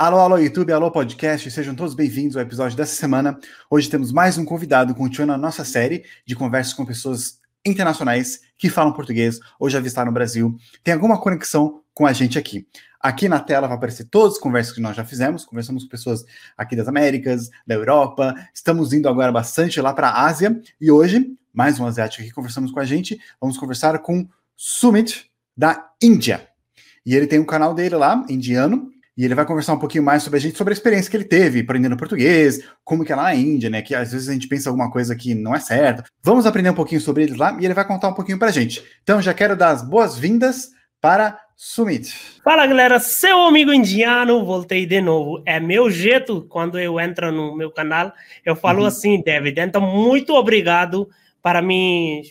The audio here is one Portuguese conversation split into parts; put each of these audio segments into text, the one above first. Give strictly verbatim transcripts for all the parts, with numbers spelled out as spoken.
Alô, alô, YouTube, alô, podcast, sejam todos bem-vindos ao episódio dessa semana. Hoje temos mais um convidado, continuando a nossa série de conversas com pessoas internacionais que falam português ou já visitaram o Brasil, tem alguma conexão com a gente aqui. Aqui na tela vai aparecer todas as conversas que nós já fizemos, conversamos com pessoas aqui das Américas, da Europa, estamos indo agora bastante lá para a Ásia, e hoje, mais um asiático aqui conversamos com a gente, vamos conversar com Sumit, da Índia. E ele tem um canal dele lá, indiano, e ele vai conversar um pouquinho mais sobre a gente, sobre a experiência que ele teve aprendendo português, como que é lá na Índia, né, que às vezes a gente pensa alguma coisa que não é certa. Vamos aprender um pouquinho sobre ele lá, e ele vai contar um pouquinho pra gente. Então, já quero dar as boas-vindas para Sumit. Fala, galera, seu amigo indiano, voltei de novo. É meu jeito, quando eu entro no meu canal, eu falo uhum. assim, David. Então, muito obrigado para me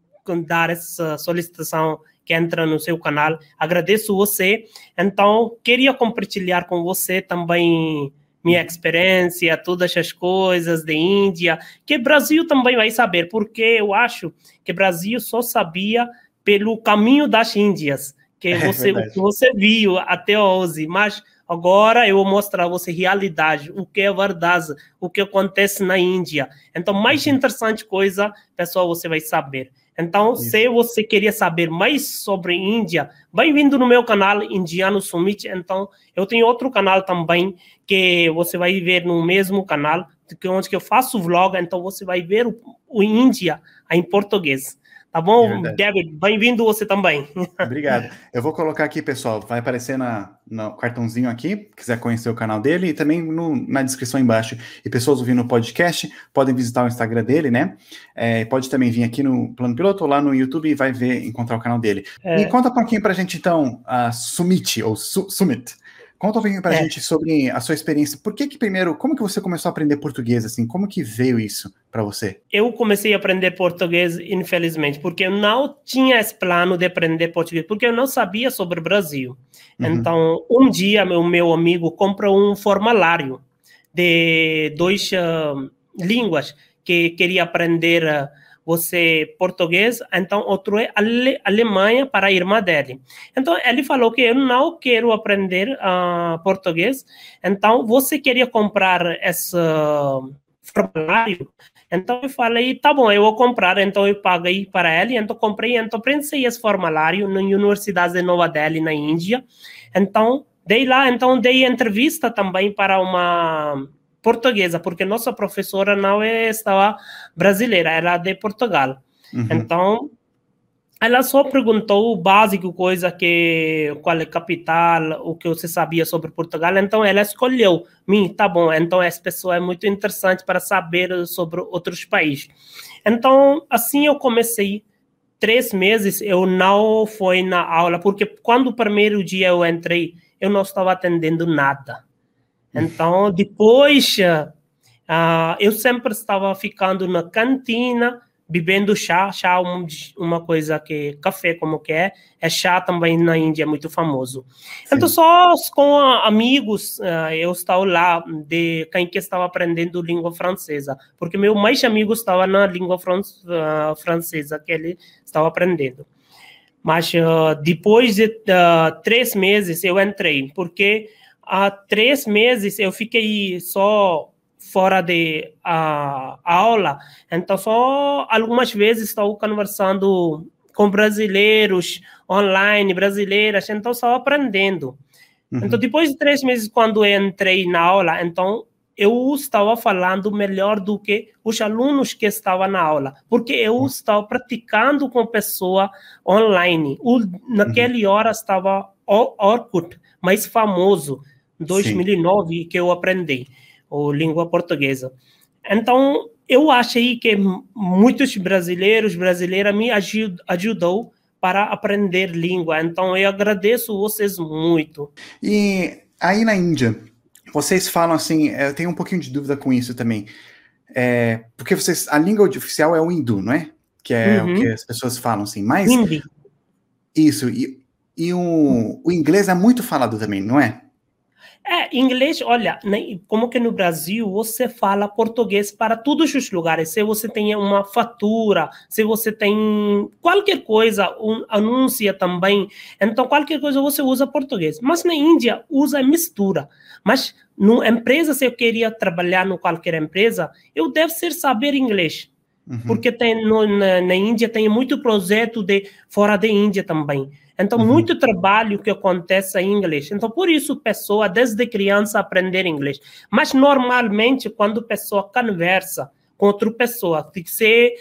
dar essa solicitação que entra no seu canal. Agradeço você. Então, queria compartilhar com você também minha experiência, todas as coisas de Índia, que o Brasil também vai saber, porque eu acho que o Brasil só sabia pelo caminho das Índias, que você, é você viu até hoje, mas agora eu vou mostrar a você a realidade, o que é verdade, o que acontece na Índia. Então, mais interessante coisa, pessoal, você vai saber. Então, Isso. se você queria saber mais sobre Índia, bem-vindo no meu canal Indiano Sumit. Então, eu tenho outro canal também, que você vai ver no mesmo canal, que onde que eu faço vlog, então você vai ver o, o Índia em português. Tá bom, é David? Bem-vindo você também. Obrigado. Eu vou colocar aqui, pessoal, vai aparecer na, no cartãozinho aqui, se quiser conhecer o canal dele, e também no, na descrição embaixo. E pessoas ouvindo o podcast, podem visitar o Instagram dele, né? É, pode também vir aqui no Plano Piloto, ou lá no YouTube, e vai ver, encontrar o canal dele. É. E conta um pouquinho pra gente, então, a Sumit, ou Su, Sumit. Conta um pouquinho pra é. gente sobre a sua experiência. Por que que primeiro, como que você começou a aprender português, assim? Como que veio isso para você? Eu comecei a aprender português, infelizmente, porque eu não tinha esse plano de aprender português, porque eu não sabia sobre o Brasil. Uhum. Então, um dia, meu, meu amigo comprou um formulário de duas uh, línguas que queria aprender uh, você português, então outro é ale, Alemanha para a irmã dele. Então, ele falou que eu não quero aprender uh, português, então você queria comprar esse formulário? Então, eu falei, tá bom, eu vou comprar, então eu paguei para ele, então comprei, então preenchi esse formulário na Universidade de Nova Delhi, na Índia. Então, dei lá, então dei entrevista também para uma portuguesa, porque nossa professora não estava brasileira, era de Portugal. Uhum. Então, ela só perguntou o básico, coisa que, qual é a capital, o que você sabia sobre Portugal. Então, ela escolheu mim, tá bom, então essa pessoa é muito interessante para saber sobre outros países. Então, assim eu comecei. Três meses eu não fui na aula, porque quando o primeiro dia eu entrei, eu não estava atendendo nada. Então, depois, uh, eu sempre estava ficando na cantina, bebendo chá, chá uma coisa que, café como que é, é chá também na Índia, é muito famoso. Sim. Então, só com amigos, uh, eu estava lá, de quem que estava aprendendo língua francesa, porque meu mais amigo estava na língua fran uh, francesa, que ele estava aprendendo. Mas uh, depois de uh, três meses eu entrei, porque há três meses eu fiquei só fora de uh, aula, então só algumas vezes estou conversando com brasileiros online, brasileiras, então estou aprendendo. Uhum. Então depois de três meses, quando eu entrei na aula, então eu estava falando melhor do que os alunos que estavam na aula, porque eu uhum. estava praticando com pessoa online. O, naquela uhum. hora estava o Orkut, mais famoso, em dois mil e nove, Sim. que eu aprendi a língua portuguesa. Então, eu achei que muitos brasileiros, brasileiras me ajud, ajudou para aprender língua. Então, eu agradeço vocês muito. E aí na Índia, vocês falam assim, eu tenho um pouquinho de dúvida com isso também, é, porque vocês, a língua oficial é o hindu, não é? Que é uhum. o que as pessoas falam assim, mas... Hindi. Isso, e, e o, o inglês é muito falado também, não é? É, inglês, olha, né, como que no Brasil você fala português para todos os lugares. Se você tem uma fatura, se você tem qualquer coisa, um anúncio também, então qualquer coisa você usa português. Mas na Índia usa mistura. Mas numa empresa, se eu queria trabalhar em qualquer empresa, eu devo ser saber inglês. Uhum. Porque tem, no, na, na Índia tem muito projeto de fora da Índia também. Então, uhum. muito trabalho que acontece em inglês. Então, por isso, pessoa, desde criança, aprender inglês. Mas, normalmente, quando a pessoa conversa com outra pessoa, se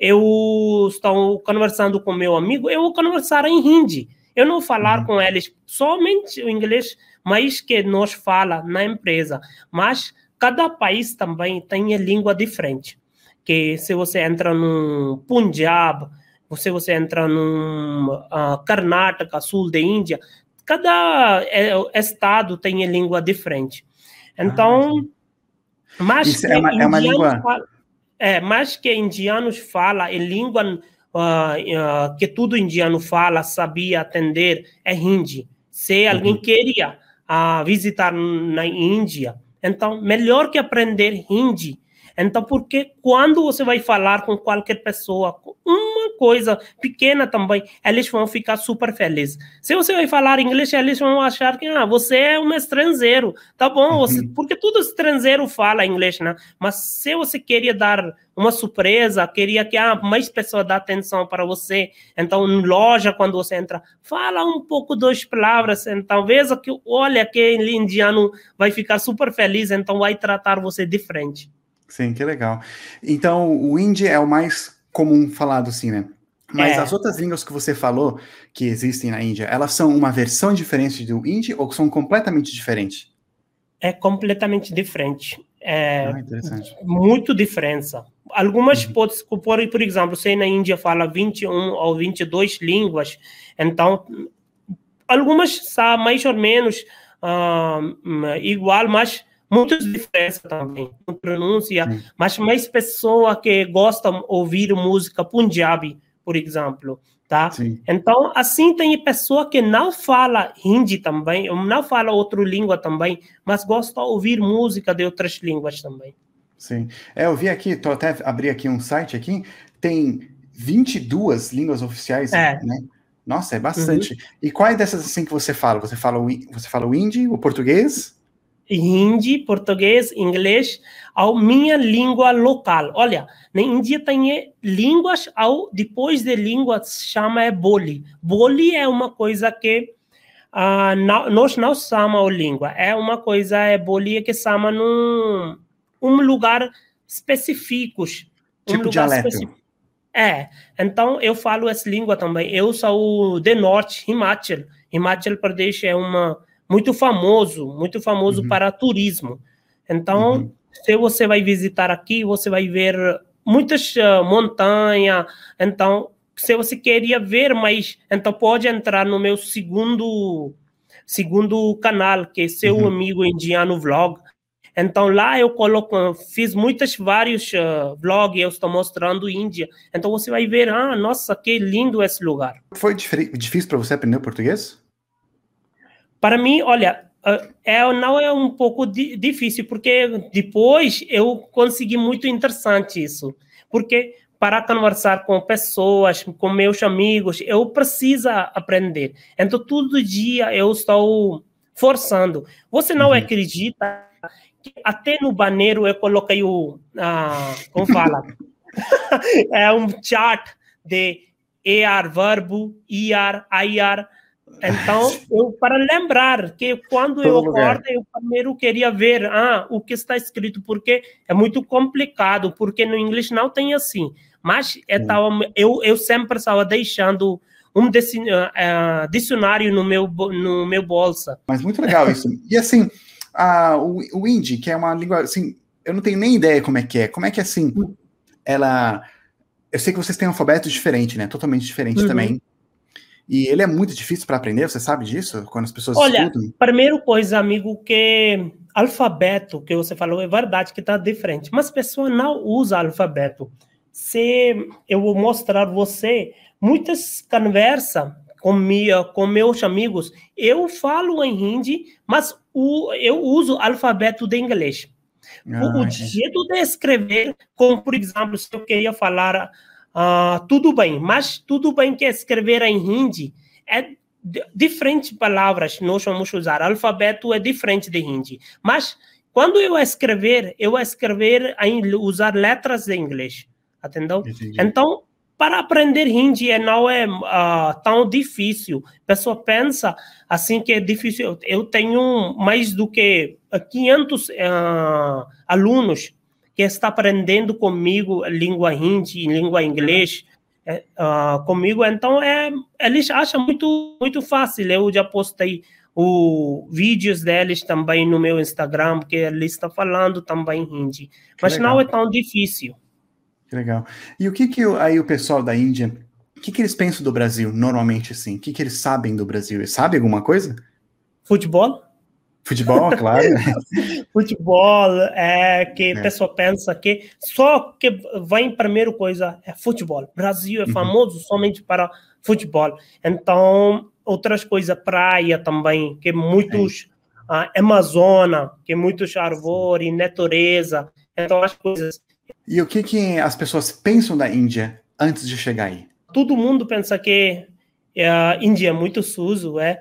eu estou conversando com meu amigo, eu vou conversar em hindi. Eu não vou falar uhum. com eles somente o inglês, mas que nós fala na empresa. Mas, cada país também tem a língua diferente. Que se você entra no Punjab, se você entra no uh, Karnataka, sul da Índia, cada é, estado tem a língua diferente. Então, ah, mais que, é uma, é uma língua... fala, é, mais que indianos falam, a língua uh, uh, que todo indiano fala, sabia atender, é hindi. Se alguém uhum. queria uh, visitar na Índia, então, melhor que aprender hindi. Então, porque quando você vai falar com qualquer pessoa, uma coisa pequena também, eles vão ficar super felizes. Se você vai falar inglês, eles vão achar que ah, você é um estrangeiro. Tá bom, você, uhum. porque todo estrangeiro fala inglês, né? Mas se você queria dar uma surpresa, queria que ah, mais pessoas dêem atenção para você, então, em loja, quando você entra, fala um pouco duas palavras, então, veja que, olha, aquele indiano vai ficar super feliz, então vai tratar você diferente. Sim, que legal. Então, o hindi é o mais comum falado, assim, né? Mas é. as outras línguas que você falou que existem na Índia, elas são uma versão diferente do hindi ou são completamente diferentes? É completamente diferente. É ah, interessante. Muito diferença. Algumas, uhum. pode, por, por exemplo, se na Índia fala vinte e uma ou vinte e duas línguas, então, algumas são mais ou menos uh, igual, mas muitas diferenças também, pronúncia, Sim. mas mais pessoas que gostam de ouvir música punjabi, por exemplo, tá? Sim. Então, assim, tem pessoa que não fala hindi também, não fala outra língua também, mas gosta de ouvir música de outras línguas também. Sim. É, eu vi aqui, tô até abri aqui um site aqui, tem vinte e duas línguas oficiais, é. né? Nossa, é bastante. Uhum. E quais dessas assim que você fala? Você fala o, você fala o hindi, o português? Hindi, português, inglês, a minha língua local. Olha, na Índia tem línguas, ao, depois de línguas, chama é Boli. Boli é uma coisa que uh, não, nós não chamamos língua, é uma coisa, é Boli que chama num um lugar específico. Tipo um lugar dialeto. Específico. É, então eu falo essa língua também. Eu sou de norte, Himachal. Himachal Pradesh é uma muito famoso, muito famoso uhum. para turismo. Então, uhum. se você vai visitar aqui, você vai ver muitas uh, montanhas. Então, se você queria ver mais, então pode entrar no meu segundo, segundo canal, que é Seu uhum. Amigo Indiano Vlog. Então, lá eu coloco, fiz muitos, vários uh, vlogs, eu estou mostrando Índia. Então, você vai ver, ah, nossa, que lindo esse lugar. Foi difícil para você aprender português? Para mim, olha, é, não é um pouco di, difícil, porque depois eu consegui muito interessante isso. Porque para conversar com pessoas, com meus amigos, eu preciso aprender. Então, todo dia eu estou forçando. Você não uhum. acredita que até no banheiro eu coloquei o... Ah, como fala? é um chart de E R, verbo, I R, I R... Então, eu, para lembrar que quando Todo eu acordo, eu primeiro queria ver ah, o que está escrito, porque é muito complicado, porque no inglês não tem assim. Mas eu, tava, eu, eu sempre estava deixando um uh, dicionário no meu, no meu bolsa. Mas muito legal isso. E assim, a, o, o hindi, que é uma língua, assim, eu não tenho nem ideia como é que é. Como é que, assim, ela... Eu sei que vocês têm um alfabeto diferente, né? Totalmente diferente uhum. também. E ele é muito difícil para aprender, você sabe disso? Quando as pessoas Olha, estudam? primeira coisa, amigo, que alfabeto, que você falou, é verdade que está diferente, mas a pessoa não usa alfabeto. Se eu vou mostrar você, muitas conversas com, minha, com meus amigos, eu falo em hindi, mas o, eu uso o alfabeto de inglês. Ah, o, o jeito de escrever, como, por exemplo, se eu queria falar uh, tudo bem, mas tudo bem que escrever em hindi é diferentes palavras nós vamos usar. O alfabeto é diferente de hindi. Mas, quando eu escrever, eu escrever em usar letras de inglês. Entendeu? Entendi. Então, para aprender hindi não é uh, tão difícil. A pessoa pensa assim que é difícil. Eu tenho mais do que quinhentos uh, alunos que estão aprendendo comigo língua hindi, língua inglês, uh, comigo. Então, é, eles acham muito, muito fácil. Eu já postei os vídeos deles também no meu Instagram, que eles estão falando também hindi. Mas não é tão difícil. Que legal. E o que que aí o pessoal da Índia, o que que eles pensam do Brasil, normalmente, assim? O que que eles sabem do Brasil? Eles sabem alguma coisa? Futebol. Futebol, claro. Futebol, é que a é. pessoa pensa que só que vem primeiro coisa é futebol. Brasil é famoso uhum. somente para futebol. Então, outras coisas, praia também, que muitos, é. uh, Amazônia, que muitos árvores, natureza. Então, as coisas... E o que que as pessoas pensam da Índia antes de chegar aí? Todo mundo pensa que a Índia é muito sujo, é?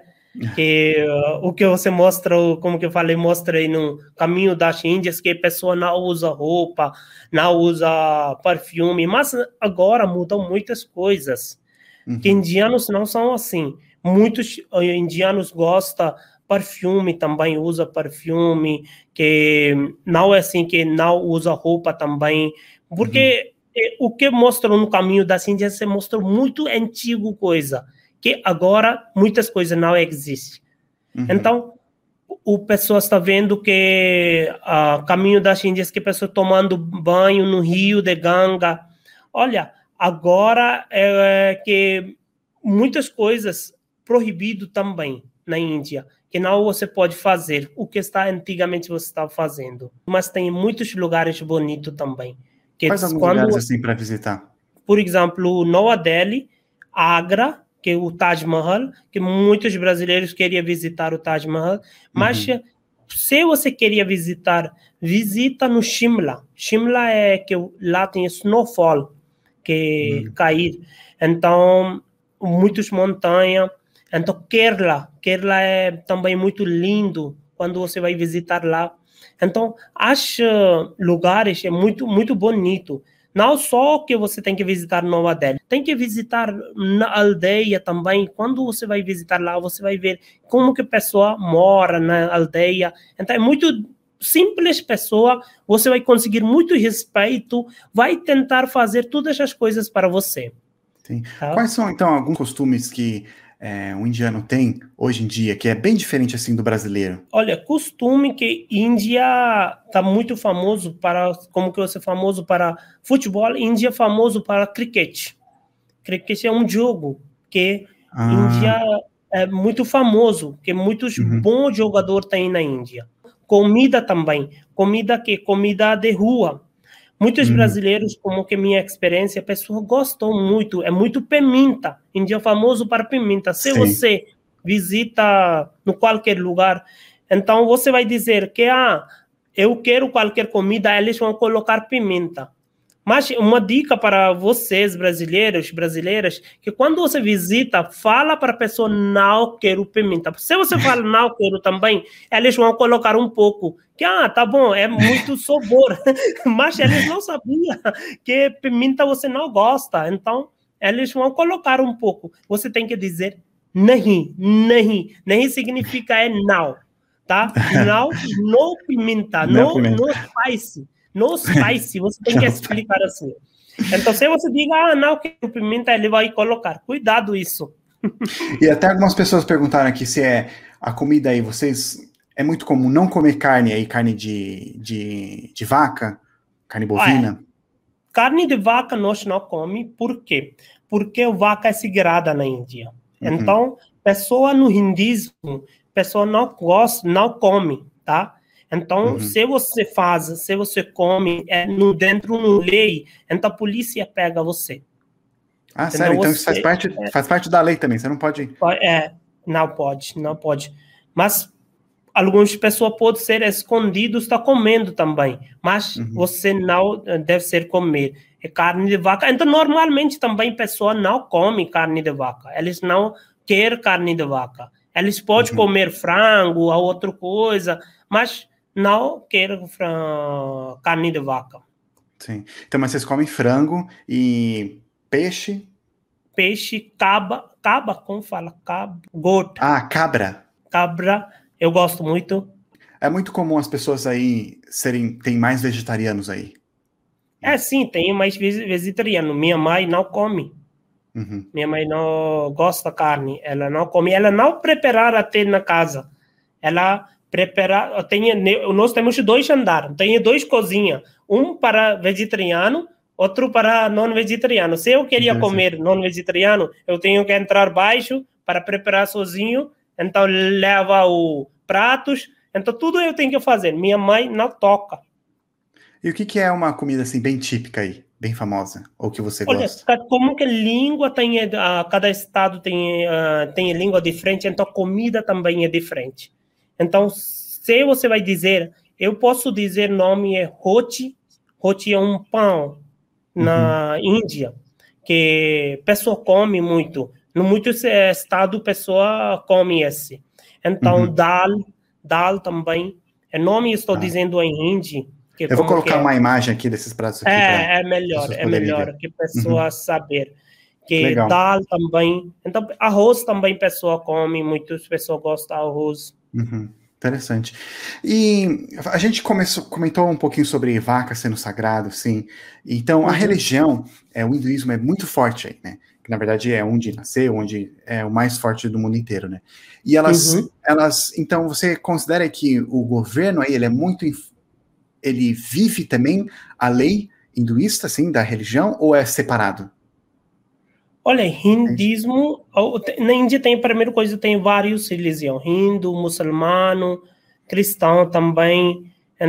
Que uh, o que você mostra, como que eu falei, mostra aí no Caminho das Índias, que a pessoa não usa roupa, não usa perfume, mas agora mudam muitas coisas. Uhum. Que indianos não são assim. Muitos uh, indianos gostam perfume, também usa perfume, que não é assim, que não usa roupa também, porque uhum. o que mostra no Caminho das Índias se mostra muito antigo coisa, que agora muitas coisas não existem. Uhum. Então, o pessoal está vendo que o uh, Caminho das Índias, que a pessoa tomando banho no rio de Ganga, olha, agora é que muitas coisas proibido também na Índia, que não você pode fazer o que está antigamente você estava fazendo. Mas tem muitos lugares bonitos também. Que Quais alguns quando, lugares assim para visitar? Por exemplo, Nova Delhi, Agra, que é o Taj Mahal, que muitos brasileiros queriam visitar o Taj Mahal, mas uhum. se você queria visitar, visita no Shimla. Shimla é que lá tem snowfall, que uhum. cair. Então, muitas montanhas. Então, Kerala, Kerala é também muito lindo quando você vai visitar lá. Então, os lugares é muito, muito bonito. Não só que você tem que visitar Nova Delhi, tem que visitar na aldeia também. Quando você vai visitar lá, você vai ver como que a pessoa mora na aldeia. Então, é muito simples pessoa, você vai conseguir muito respeito, vai tentar fazer todas as coisas para você. Sim. Tá? Quais são, então, alguns costumes que É, um indiano tem hoje em dia, que é bem diferente assim do brasileiro? Olha, costume que Índia está muito famoso para, como que você é famoso para futebol, Índia é famoso para cricket. Cricket é um jogo que ah. Índia é muito famoso, que muitos uhum. bons jogadores tem na Índia. Comida também, comida que comida de rua. Muitos hum. brasileiros, como que minha experiência, a pessoa gostou muito, é muito pimenta. Índia é famoso para pimenta. Se Sim. você visita no qualquer lugar, então você vai dizer que ah, eu quero qualquer comida, eles vão colocar pimenta. Mas uma dica para vocês, brasileiros, brasileiras, que quando você visita, fala para a pessoa, não quero pimenta. Se você fala, não quero também, eles vão colocar um pouco. Que, ah, tá bom, é muito sabor. Mas eles não sabiam que pimenta você não gosta. Então, eles vão colocar um pouco. Você tem que dizer, nahi, nahi. Nahi significa é não, tá? Não, não pimenta, não, não, não spice. No spicy, você tem que explicar assim. Então, se você diga, ah, não quero pimenta, ele vai colocar. Cuidado isso. E até algumas pessoas perguntaram aqui se é a comida aí, vocês... É muito comum não comer carne aí, carne de, de, de vaca, carne bovina? Ah, é. Carne de vaca nós não comemos, por quê? Porque a vaca é sagrada na Índia. Uhum. Então, pessoa no hinduísmo, pessoa não gosta, não come, tá? Então, uhum. se você faz, se você come é, no, dentro da lei, então a polícia pega você. Ah, sério? Então isso faz parte, faz parte da lei também, você não pode... É, não pode, não pode. Mas algumas pessoas podem ser escondidos, está comendo também, mas uhum. você não deve ser comer é carne de vaca. Então, normalmente também pessoas não comem carne de vaca, eles não querem carne de vaca. Eles podem uhum. comer frango ou outra coisa, mas não querem carne de vaca. Sim. Então, mas vocês comem frango e peixe? Peixe, caba, caba, como fala? Caba, goat. Ah, cabra. Cabra, eu gosto muito. É muito comum as pessoas aí serem, tem mais vegetarianos aí. É, sim, tem mais vegetariano. Minha mãe não come. Uhum. Minha mãe não gosta de carne. Ela não come. Ela não prepara até na casa. Ela prepara... Tem, nós temos dois andares. Tem dois cozinhas. Um para vegetariano, outro para não vegetariano. Se eu queria comer não vegetariano, eu tenho que entrar baixo para preparar sozinho. Então, leva os pratos. Então, tudo eu tenho que fazer. Minha mãe não toca. E o que, que é uma comida assim bem típica aí, bem famosa, ou que você Olha, gosta? como que língua tem, uh, cada estado tem, uh, tem língua diferente, então comida também é diferente. Então, se você vai dizer, eu posso dizer nome é roti, roti é um pão na uhum. Índia, que a pessoa come muito. No muitos estados, a pessoa come esse. Então, uhum. dal, dal também. O nome estou ah. dizendo em hindi. Que eu vou colocar uma é. imagem aqui desses pratos aqui. É, é melhor, é melhor ver. Que a pessoa uhum. saber. Que Legal. Dal também. Então, arroz também a pessoa come, muitas pessoas gostam de arroz. Uhum. Interessante. E a gente começou, comentou um pouquinho sobre vaca sendo sagrado, sim. Então, uhum. a religião, é, o hinduísmo é muito forte aí, né? Que na verdade é onde nasceu, onde é o mais forte do mundo inteiro, né? E elas, uhum. elas, então, você considera que o governo aí, ele é muito... ele vive também a lei hinduísta, assim, da religião, ou é separado? Olha, hindismo, na Índia tem, a primeira coisa, tem vários religiões, hindu, muçulmano, cristão também,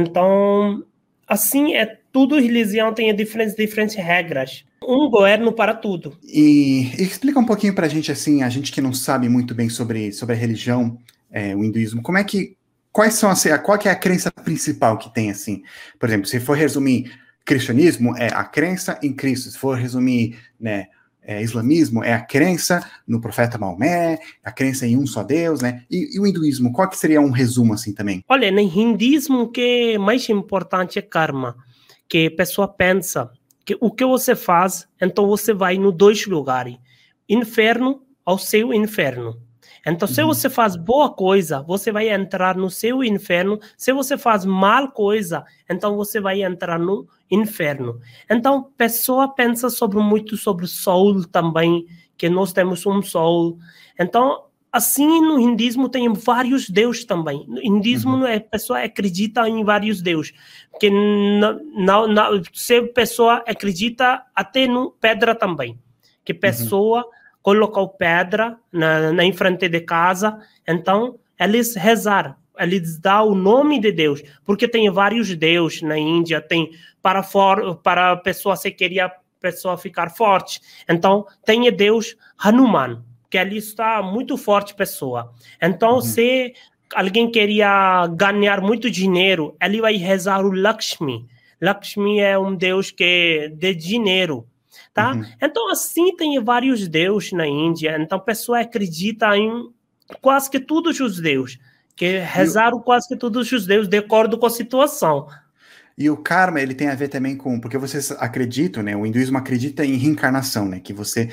então, assim, é tudo religião, tem diferentes, diferentes regras, um governo para tudo. E, e explica um pouquinho pra gente, assim, a gente que não sabe muito bem sobre, sobre a religião, é, o hinduísmo, como é que Quais são as, qual que é a crença principal que tem, assim? Por exemplo, se for resumir cristianismo, é a crença em Cristo. Se for resumir, né, é, islamismo, é a crença no profeta Maomé, a crença em um só Deus, né? E, e o hinduísmo, qual que seria um resumo, assim, também? Olha, no hinduísmo, o que é mais importante é karma. Que a pessoa pensa que o que você faz, então você vai no dois lugares. Inferno ao seu inferno. Então, se uhum. você faz boa coisa, você vai entrar no seu inferno. Se você faz mal coisa, então você vai entrar no inferno. Então, a pessoa pensa sobre, muito sobre o sol também, que nós temos um sol. Então, assim, no hinduísmo tem vários deuses também. No hinduísmo, uhum. a pessoa acredita em vários deuses. Porque não, não, não, se a pessoa acredita até no pedra também. Que a pessoa... Uhum. colocou pedra na, na em frente de casa, então eles rezar, eles dão o nome de Deus, porque tem vários deuses na Índia, tem para, for, para a pessoa se queria pessoa ficar forte, então tem Deus Hanuman, que ele está muito forte pessoa, então uhum. se alguém queria ganhar muito dinheiro, ele vai rezar o Lakshmi, Lakshmi é um Deus que de dinheiro, tá? Uhum. Então, assim, tem vários deuses na Índia. Então, a pessoa acredita em quase que todos os deuses. Que rezaram quase que todos os deuses, de acordo com a situação. E o karma, ele tem a ver também com... Porque vocês acreditam, né? O hinduísmo acredita em reencarnação, né? Que você,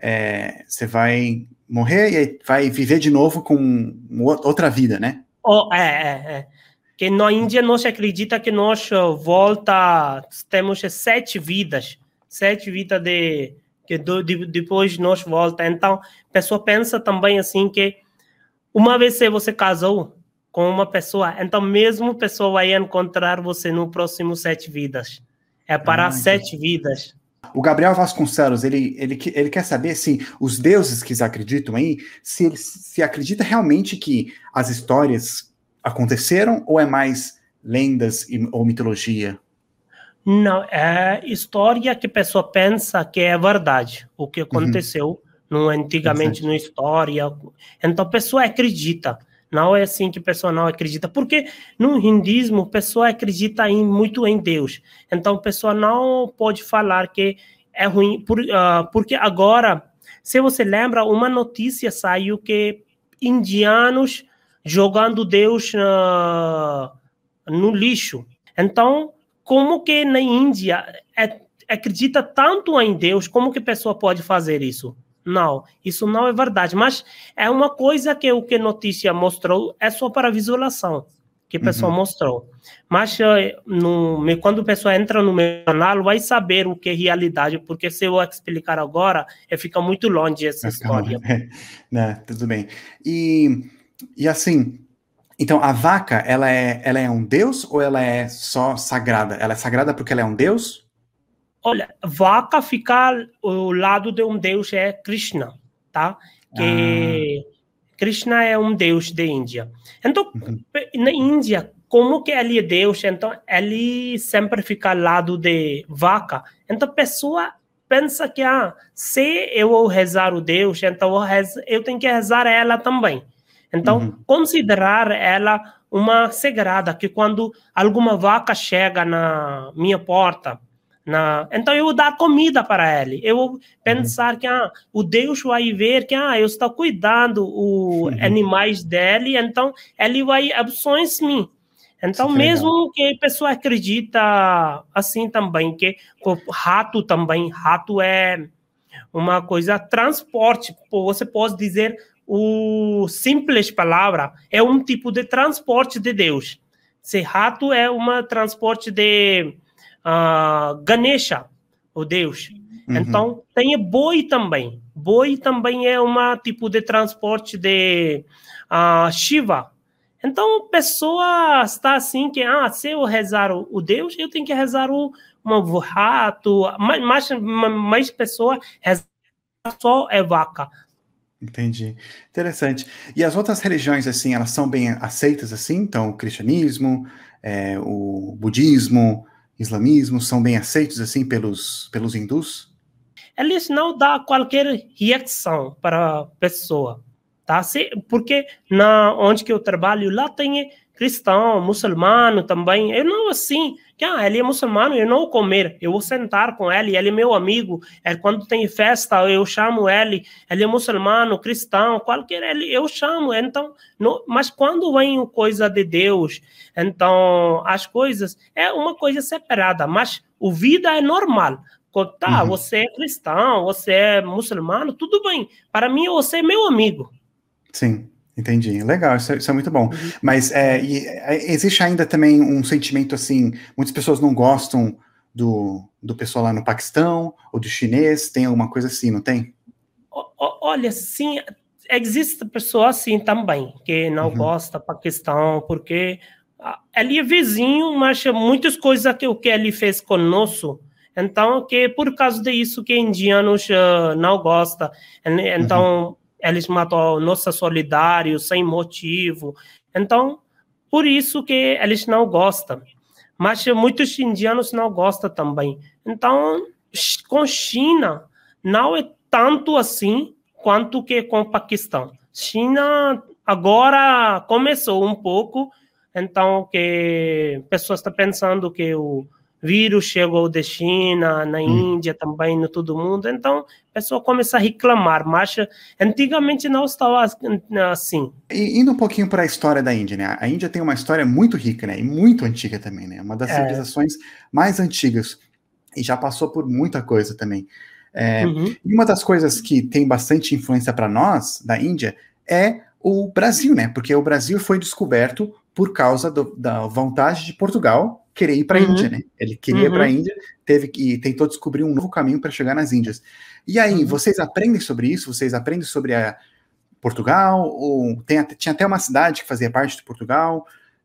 é, você vai morrer e aí vai viver de novo com outra vida, né? Oh, é, é, é. Que na Índia nós acredita que nós volta... Temos sete vidas. Sete vidas de, que do, de, depois nós volta. Então, a pessoa pensa também assim que uma vez que você casou com uma pessoa, então mesmo a pessoa vai encontrar você no próximo sete vidas. É para ah, sete vidas. O Gabriel Vasconcelos, ele, ele, ele quer saber se os deuses que acreditam aí, se ele se acredita realmente que as histórias aconteceram ou é mais lendas ou mitologia? Não, é história que a pessoa pensa que é verdade, o que aconteceu uhum. no, antigamente na história. Então, a pessoa acredita. Não é assim que a pessoa não acredita. Porque no hinduísmo, a pessoa acredita em, muito em Deus. Então, a pessoa não pode falar que é ruim. Por, uh, porque agora, se você lembra, uma notícia saiu que indianos jogando Deus uh, no lixo. Então, como que na Índia é, acredita tanto em Deus, como que a pessoa pode fazer isso? Não, isso não é verdade, mas é uma coisa que o que a notícia mostrou é só para visualização, que a pessoa uhum. mostrou. Mas no, quando a pessoa entra no meu canal, vai saber o que é realidade, porque se eu explicar agora, fica muito longe essa Mas, história. Não, tudo bem. E, e assim... Então, a vaca, ela é, ela é um deus ou ela é só sagrada? Ela é sagrada porque ela é um deus? Olha, vaca fica ao lado de um deus é Krishna, tá? Que ah. Krishna é um deus da Índia. Então, uhum. na Índia, como que ele é deus? Então, ele sempre fica ao lado de vaca. Então, a pessoa pensa que, ah, se eu vou rezar o deus, então eu, rezo, eu tenho que rezar ela também. Então, uhum. considerar ela uma sagrada, que quando alguma vaca chega na minha porta, na, então eu vou dar comida para ele. Eu vou pensar uhum. que ah, o Deus vai ver que ah, eu estou cuidando os uhum. animais dele, então ele vai abençoar mim. Então, que mesmo legal. Que a pessoa acredita assim também, que o rato também, rato é uma coisa, transporte, você pode dizer... O simples palavra é um tipo de transporte de Deus. Se rato é um transporte de uh, Ganesha, o Deus. Uhum. Então, tem boi também. Boi também é um tipo de transporte de uh, Shiva. Então, a pessoa está assim que, ah, se eu rezar o, o Deus, eu tenho que rezar o um rato. Mais, mais, mais pessoa rezar só é vaca. Entendi. Interessante. E as outras religiões, assim, elas são bem aceitas, assim? Então, o cristianismo, é, o budismo, islamismo, são bem aceitos, assim, pelos, pelos hindus? Eles não dão qualquer reação para a pessoa, tá? Se, porque na, onde que eu trabalho, lá tem cristão, muçulmano também. Eu não, assim, que ah, ele é muçulmano, eu não vou comer, eu vou sentar com ele, ele é meu amigo, é, quando tem festa, eu chamo ele, ele é muçulmano, cristão, qualquer, ele, eu chamo, então, não, mas quando vem coisa de Deus, então, as coisas, é uma coisa separada, mas a vida é normal. Tá, uhum. Você é cristão, você é muçulmano, tudo bem, para mim você é meu amigo. Sim. Entendi, legal, isso é, isso é muito bom. Mas é, e, é, existe ainda também um sentimento assim, muitas pessoas não gostam do, do pessoal lá no Paquistão, ou do chinês, tem alguma coisa assim, não tem? O, olha, sim, existe pessoa assim também, que não uhum. gosta do Paquistão, porque ele é vizinho, mas muitas coisas que o que ele fez conosco, então, que por causa disso que indianos uh, não gostam, então... Uhum. Eles matam nossa solidário sem motivo. Então, por isso que eles não gostam. Mas muitos indianos não gostam também. Então, com China, não é tanto assim quanto que com o Paquistão. China agora começou um pouco, então que pessoas estão pensando que o vírus chegou da China, na hum. Índia também, no todo mundo. Então, a pessoa começa a reclamar, mas antigamente não estava assim. E indo um pouquinho para a história da Índia, né? A Índia tem uma história muito rica, né? E muito antiga também, né? Uma das é. civilizações mais antigas. E já passou por muita coisa também. É, uhum. E uma das coisas que tem bastante influência para nós, da Índia, é o Brasil, né? Porque o Brasil foi descoberto por causa do, da vontade de Portugal querer ir para a uhum. Índia, né? Ele queria uhum. ir para a Índia, teve que tentou descobrir um novo caminho para chegar nas Índias. E aí, uhum. vocês aprendem sobre isso? Vocês aprendem sobre a Portugal? Ou tem, tinha até uma cidade que fazia parte de Portugal?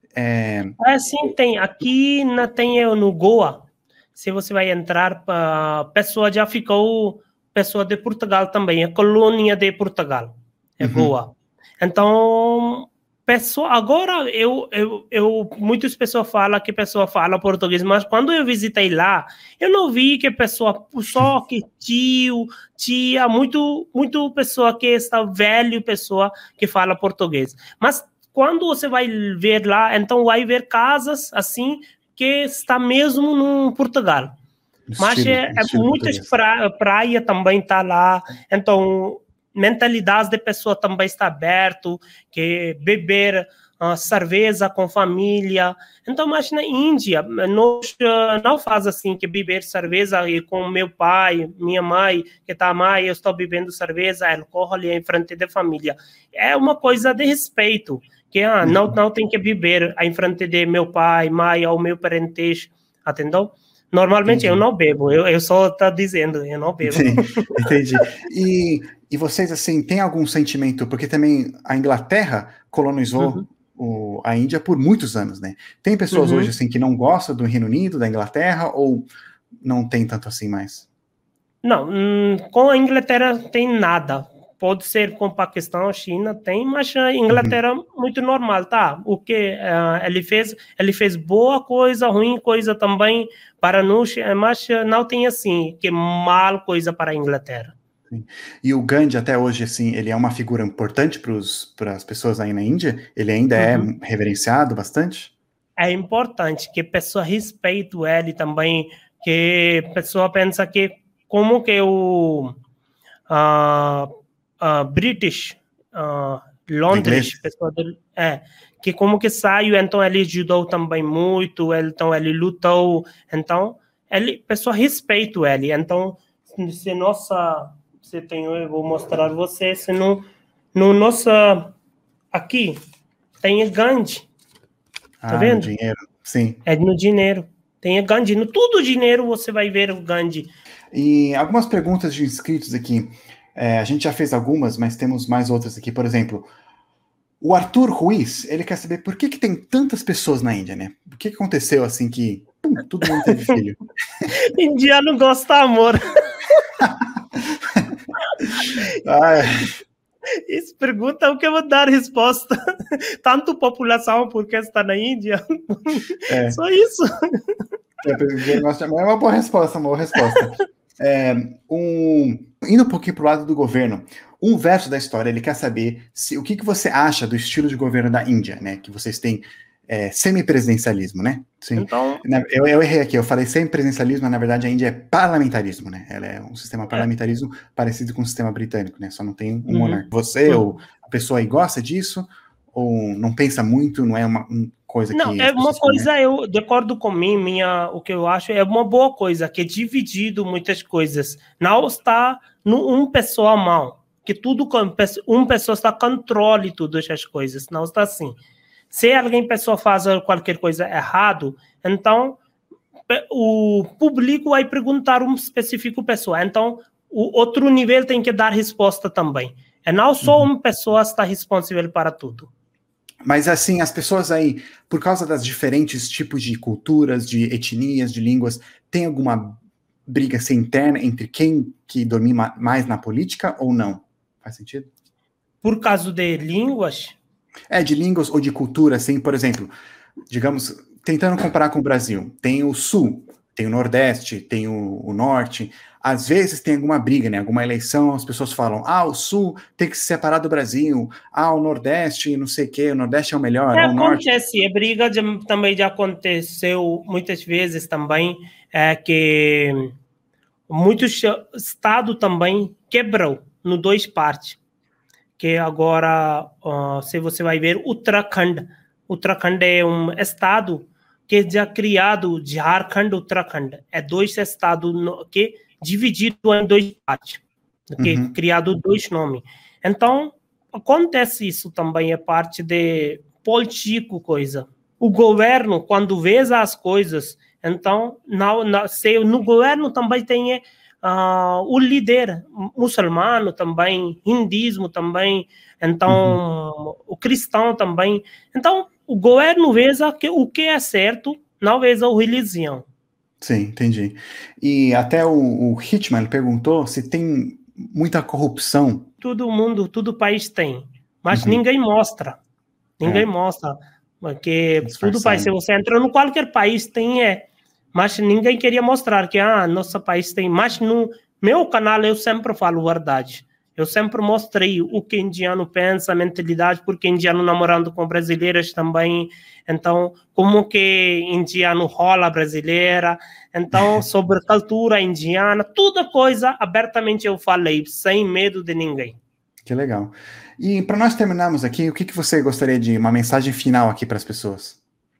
É, é sim, tem. Aqui na, tem no Goa. Se você vai entrar, a pessoa já ficou pessoa de Portugal também, é colônia de Portugal, é uhum. Goa. Então, Pessoa, agora, eu, eu, eu, muitas pessoas falam que a pessoa fala português, mas quando eu visitei lá, eu não vi que a pessoa, só que tio, tia, muito, muito pessoa que está velho, pessoa que fala português. Mas quando você vai ver lá, então vai ver casas assim, que está mesmo no Portugal. Mas Estilo, é, é estilo muitas português. pra, praia também tá lá, então mentalidade da pessoa também está aberto, que beber uh, cerveja com família. Então, mas na Índia, nós uh, não faz assim, que beber cerveja e com meu pai, minha mãe, que tá mãe, eu estou bebendo cerveja, álcool em frente da família. É uma coisa de respeito, que ah, não, não tem que beber em frente de meu pai, mãe ou meu parente, entendeu? Normalmente Entendi. eu não bebo, eu, eu só estou dizendo, eu não bebo. Sim, entendi. E, e vocês, assim, têm algum sentimento, porque também a Inglaterra colonizou Uhum. o, a Índia por muitos anos, né? Tem pessoas Uhum. hoje, assim, que não gostam do Reino Unido, da Inglaterra, ou não tem tanto assim mais? Não, hum, com a Inglaterra tem nada. Pode ser com Paquistão, China, tem, mas a Uhum. Inglaterra muito normal, tá? O que uh, ele fez, ele fez boa coisa, ruim coisa também para nós, mas não tem assim, que mal coisa para a Inglaterra. Sim. E o Gandhi, até hoje, assim, ele é uma figura importante para as pessoas aí na Índia? Ele ainda é Uhum. reverenciado bastante? É importante que a pessoa respeite ele também, que a pessoa pensa que como que o uh, uh, British, uh, Os ingleses? Londres, pessoa dele, é, que como que saiu, então ele ajudou também muito, ele, então ele lutou, então ele, pessoa respeita ele, então se nossa, se tem, eu vou mostrar você, se no, no nossa, aqui, tem Gandhi, tá Ah, no vendo? dinheiro, sim. É no dinheiro, tem Gandhi, no tudo dinheiro você vai ver o Gandhi. E algumas perguntas de inscritos aqui. É, a gente já fez algumas, mas temos mais outras aqui. Por exemplo, o Arthur Ruiz, ele quer saber por que, que tem tantas pessoas na Índia, né? O que, que aconteceu assim que pum, todo mundo teve filho? Indiano gosta amor. Ah, Isso pergunta o que eu vou dar resposta. Tanto população porque está na Índia. é, Só isso. é uma boa resposta, uma boa resposta. É, um, indo um pouquinho para o lado do governo, um verso da história, ele quer saber se, o que, que você acha do estilo de governo da Índia, né? Que vocês têm é, semipresidencialismo, né? Sim. Então, Eu, eu errei aqui, eu falei semipresidencialismo, mas na verdade a Índia é parlamentarismo, né? Ela é um sistema parlamentarismo é. parecido com o sistema britânico, né? Só não tem um uhum. monarca. Você uhum. ou a pessoa aí gosta disso? Ou não pensa muito, não é uma um coisa não, que... Não, é uma coisa, conhecem? Eu, de acordo com mim, minha, o que eu acho é uma boa coisa, que é dividido muitas coisas. Não está no um pessoa mão, que tudo, uma pessoa está controle todas as coisas, não está assim. Se alguém pessoa faz qualquer coisa errado, então o público vai perguntar um específico pessoa. Então, o outro nível tem que dar resposta também. É não só uma pessoa está responsável para tudo. Mas assim, as pessoas aí, por causa das diferentes tipos de culturas, de etnias, de línguas, tem alguma briga assim, interna entre quem que domina mais na política ou não? Faz sentido? Por causa de línguas? É, de línguas ou de cultura, assim, por exemplo, digamos, tentando comparar com o Brasil, tem o Sul, tem o Nordeste, tem o, o Norte, às vezes tem alguma briga, né, alguma eleição, as pessoas falam, ah, o Sul tem que se separar do Brasil, ah, o Nordeste, não sei o quê, o Nordeste é o melhor, é, o Norte... Acontece, a briga de, também já aconteceu muitas vezes também, é que muitos estados também quebrou no dois partes. Que agora, uh, se você vai ver, Uttarakhand, Uttarakhand é um estado que já criado, Jharkhand, Uttarakhand, é dois estados no, que dividido em dois partes, que uhum. criado dois nomes. Então, acontece isso também, é parte de político coisa. O governo, quando vê as coisas, então, não, não, se, no governo também tem... Uh, o líder muçulmano também, hindismo também, então uhum. o cristão também. Então, o governo veja que o que é certo, não veja a religião. Sim, entendi. E até o, o Hitman perguntou se tem muita corrupção. Todo mundo, todo país tem, mas uhum. ninguém mostra. Ninguém É. mostra. Porque Disfarçado. tudo país, se você entra no qualquer país, tem, é. Mas ninguém queria mostrar que, ah, nosso país tem. Mas no meu canal eu sempre falo a verdade. Eu sempre mostrei o que indiano pensa, a mentalidade, porque indiano namorando com brasileiras também. Então, como que indiano rola brasileira. Então, sobre cultura indiana, toda coisa abertamente eu falei, sem medo de ninguém. Que legal. E para nós terminarmos aqui, o que, que você gostaria de uma mensagem final aqui para as pessoas?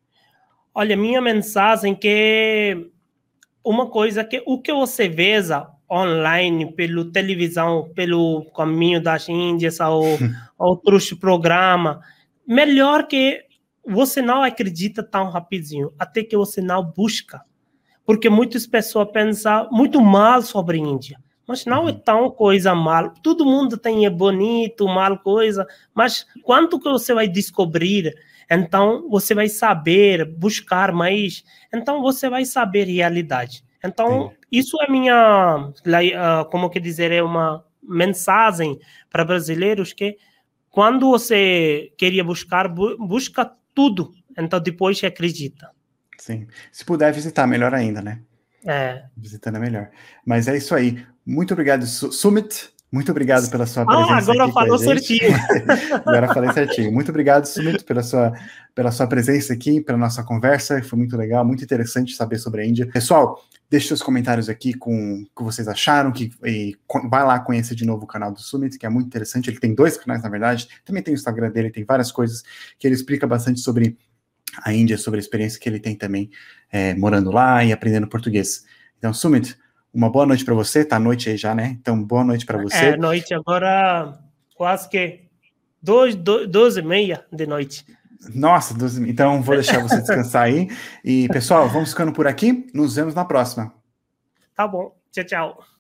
Olha, minha mensagem que uma coisa que o que você veja online, pela televisão, pelo caminho das Índias ou outros programas, melhor que você não acredita tão rapidinho, até que você não busca. Porque muitas pessoas pensam muito mal sobre a Índia. Mas não é tão coisa mal. Todo mundo tem é bonito, mal coisa. Mas quanto que você vai descobrir? Então, você vai saber buscar mais. Então, você vai saber a realidade. Então, Sim. isso é minha, como que dizer, é uma mensagem para brasileiros que quando você queria buscar, busca tudo. Então, depois acredita. Sim. Se puder visitar, melhor ainda, né? É. Visitando é melhor. Mas é isso aí. Muito obrigado, Sumit. Muito obrigado pela sua presença ah, agora aqui falou com a gente. certinho. Agora falei certinho. Muito obrigado, Sumit, pela sua, pela sua presença aqui, pela nossa conversa. Foi muito legal, muito interessante saber sobre a Índia. Pessoal, deixe seus comentários aqui com o que vocês acharam. Que, e, vai lá conhecer de novo o canal do Sumit, que é muito interessante. Ele tem dois canais, na verdade. Também tem o Instagram dele, tem várias coisas que ele explica bastante sobre a Índia, sobre a experiência que ele tem também é, morando lá e aprendendo português. Então, Sumit, uma boa noite para você, tá noite aí já, né? Então, boa noite para você. É, noite agora quase que doze, doze e meia de noite. Nossa, doze, então vou deixar você descansar aí. E, pessoal, vamos ficando por aqui, nos vemos na próxima. Tá bom, tchau, tchau.